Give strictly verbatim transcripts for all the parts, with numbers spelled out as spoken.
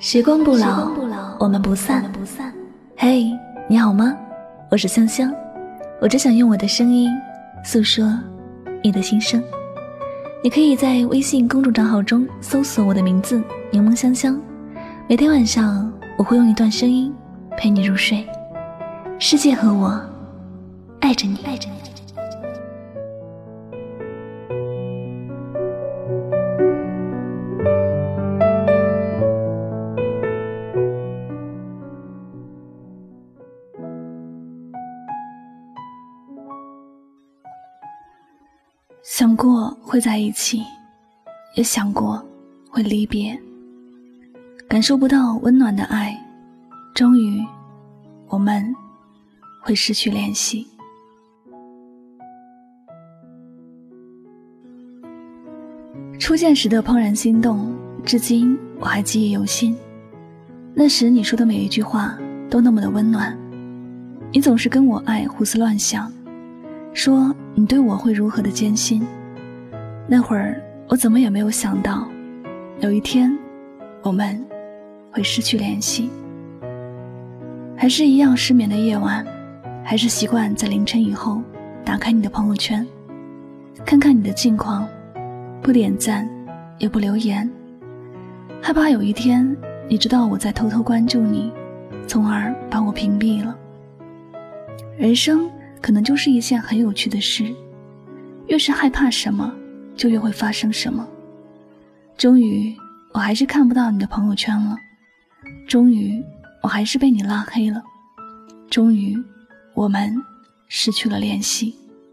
时光不老，我们不散。嘿、hey, 你好吗？我是香香，我只想用我的声音诉说你的心声。你可以在微信公众账号中搜索我的名字柠檬香香，每天晚上我会用一段声音陪你入睡。世界和我爱着你，爱着你。想过会在一起，也想过会离别，感受不到温暖的爱，终于我们会失去联系。初见时的怦然心动，至今我还记忆犹新。那时你说的每一句话都那么的温暖，你总是跟我爱胡思乱想，说你对我会如何的艰辛。那会儿我怎么也没有想到，有一天我们会失去联系。还是一样失眠的夜晚，还是习惯在凌晨以后打开你的朋友圈，看看你的近况，不点赞也不留言，害怕有一天你知道我在偷偷关注你，从而把我屏蔽了。人生可能就是一件很有趣的事，越是害怕什么就越会发生什么。终于我还是看不到你的朋友圈了，终于我还是被你拉黑了，终于我们失去了联系。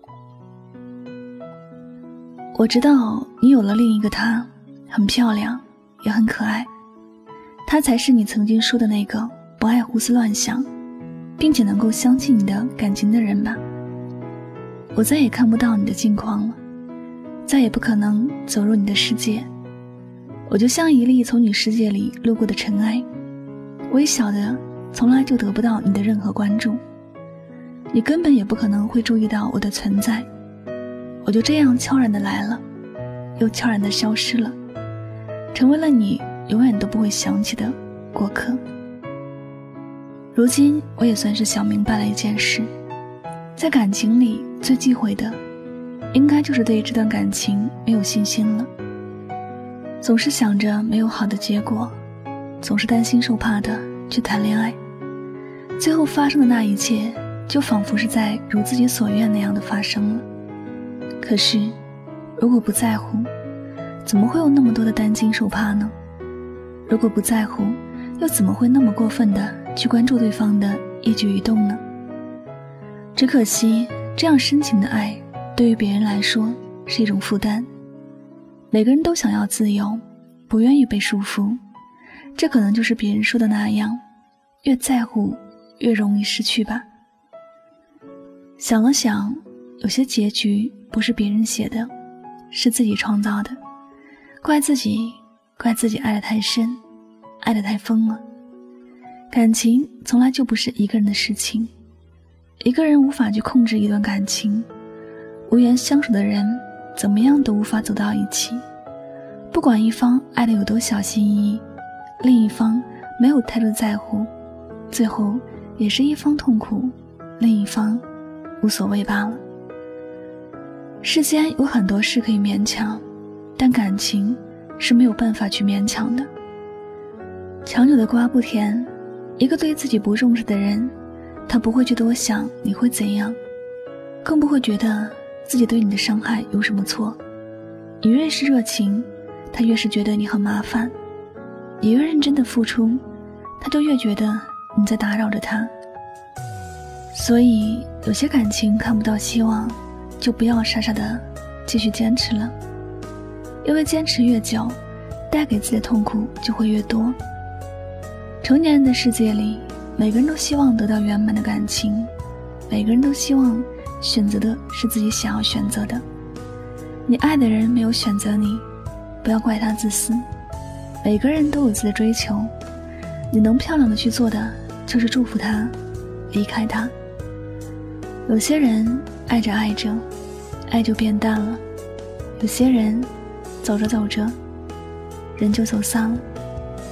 我知道你有了另一个她，很漂亮也很可爱，她才是你曾经说的那个不爱胡思乱想并且能够相信你的感情的人吧。我再也看不到你的近况了，再也不可能走入你的世界。我就像一粒从你世界里路过的尘埃，微小的从来就得不到你的任何关注，你根本也不可能会注意到我的存在。我就这样悄然的来了，又悄然的消失了，成为了你永远都不会想起的过客。如今我也算是想明白了一件事，在感情里最忌讳的应该就是对这段感情没有信心了，总是想着没有好的结果，总是担心受怕的去谈恋爱，最后发生的那一切就仿佛是在如自己所愿那样的发生了。可是如果不在乎，怎么会有那么多的担惊受怕呢？如果不在乎，又怎么会那么过分的去关注对方的一举一动呢？只可惜这样深情的爱对于别人来说是一种负担。每个人都想要自由，不愿意被束缚，这可能就是别人说的那样，越在乎越容易失去吧。想了想，有些结局不是别人写的，是自己创造的，怪自己，怪自己爱得太深，爱得太疯了。感情从来就不是一个人的事情，一个人无法去控制一段感情，无缘相处的人怎么样都无法走到一起。不管一方爱得有多小心翼翼，另一方没有太多在乎，最后也是一方痛苦，另一方无所谓罢了。世间有很多事可以勉强，但感情是没有办法去勉强的。强扭的瓜不甜，一个对自己不重视的人，他不会去多想你会怎样，更不会觉得自己对你的伤害有什么错。你越是热情，他越是觉得你很麻烦，你越认真的付出，他就越觉得你在打扰着他。所以有些感情看不到希望，就不要傻傻的继续坚持了，因为坚持越久，带给自己的痛苦就会越多。成年人的世界里，每个人都希望得到圆满的感情，每个人都希望选择的是自己想要选择的。你爱的人没有选择你，不要怪他自私。每个人都有自己的追求，你能漂亮的去做的就是祝福他，离开他。有些人爱着爱着，爱就变淡了；有些人走着走着，人就走散了。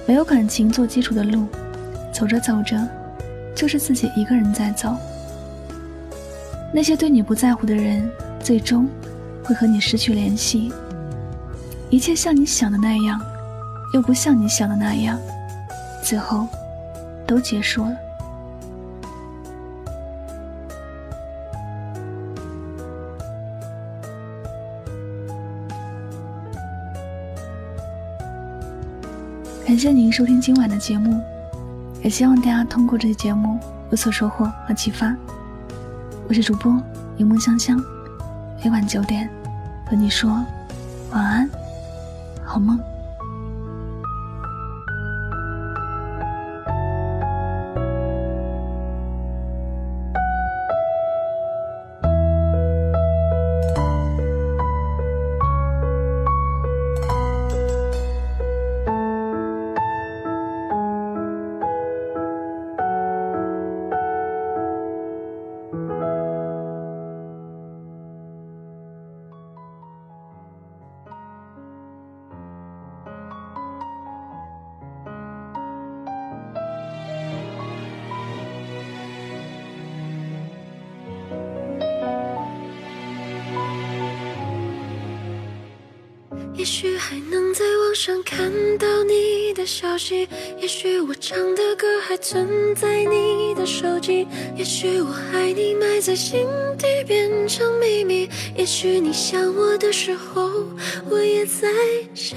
没有感情做基础的路，走着走着就是自己一个人在走。那些对你不在乎的人，最终会和你失去联系。一切像你想的那样，又不像你想的那样，最后都结束了。感谢您收听今晚的节目，也希望大家通过这期节目有所收获和启发。我是主播云梦香香，每晚九点和你说晚安，好梦。 也许还能在网上看到你的消息，也许我唱的歌还存在你的手机，也许我爱你埋在心底变成秘密，也许你想我的时候，我也在想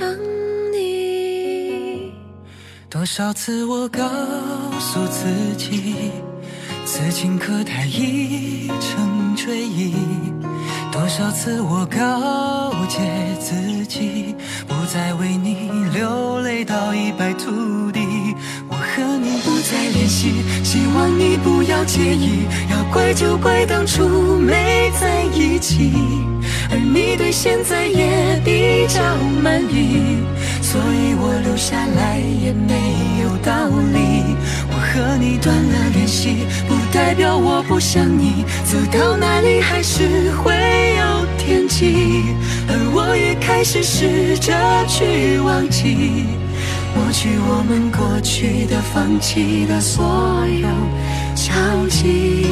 你。 多少次我告诉自己，此情可待已成追忆，多少次我告诫自己，不再为你流泪到一败涂地。我和你不再联系，希望你不要介意，要怪就怪当初没在一起，而你对现在也比较满意，所以我留下来也没有道理。我和你断了联系，不代表我不想你，走到哪里还是会有天际，而我也开始试着去忘记，抹去我们过去的放弃的所有交集。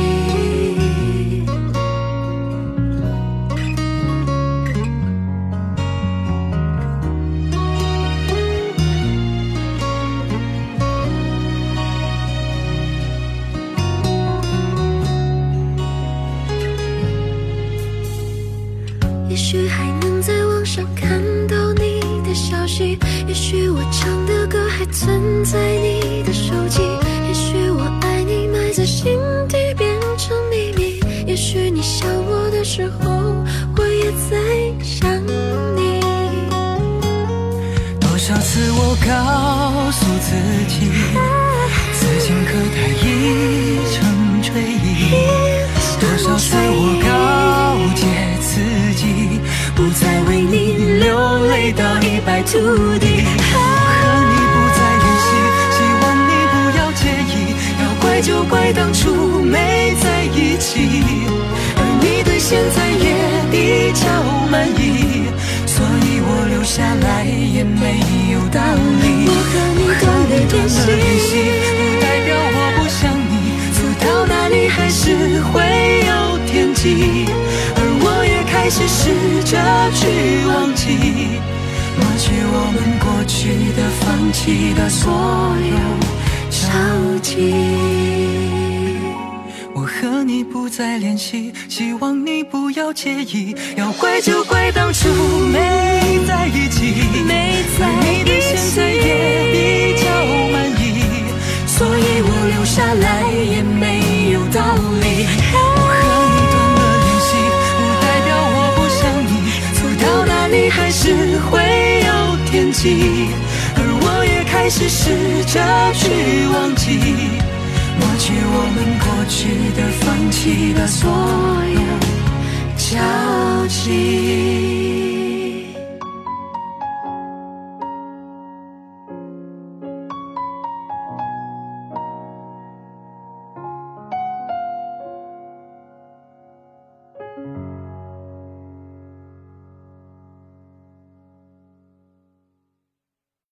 也许还能在网上看到你的消息，也许我唱的歌还存在你的手机，也许我爱你埋在心底变成秘密，也许你想我的时候，我也在想你。 多少次我告诉自己，此情可待已成追忆，多少次我告诫自己，不再为你流泪到一败涂地。我和你不再联系，希望你不要介意，要怪就怪当初没在一起，而你对现在也比较满意，所以我留下来也没有道理。 我和你断了联系， 不代表我不想你，走到哪里还是会有天际，而我也开始试着去忘记，抹去我们过去的放弃的所有交集。我和你不再联系，希望你不要介意，要怪就怪当初没在一起， 没在你对现在也比较满意，所以我留下来也没有道理。我和你断了联系，不代表我不想你，走到哪里还是会有天际，而我也开始试着去忘记，抹去我们过去的放弃的所有交集。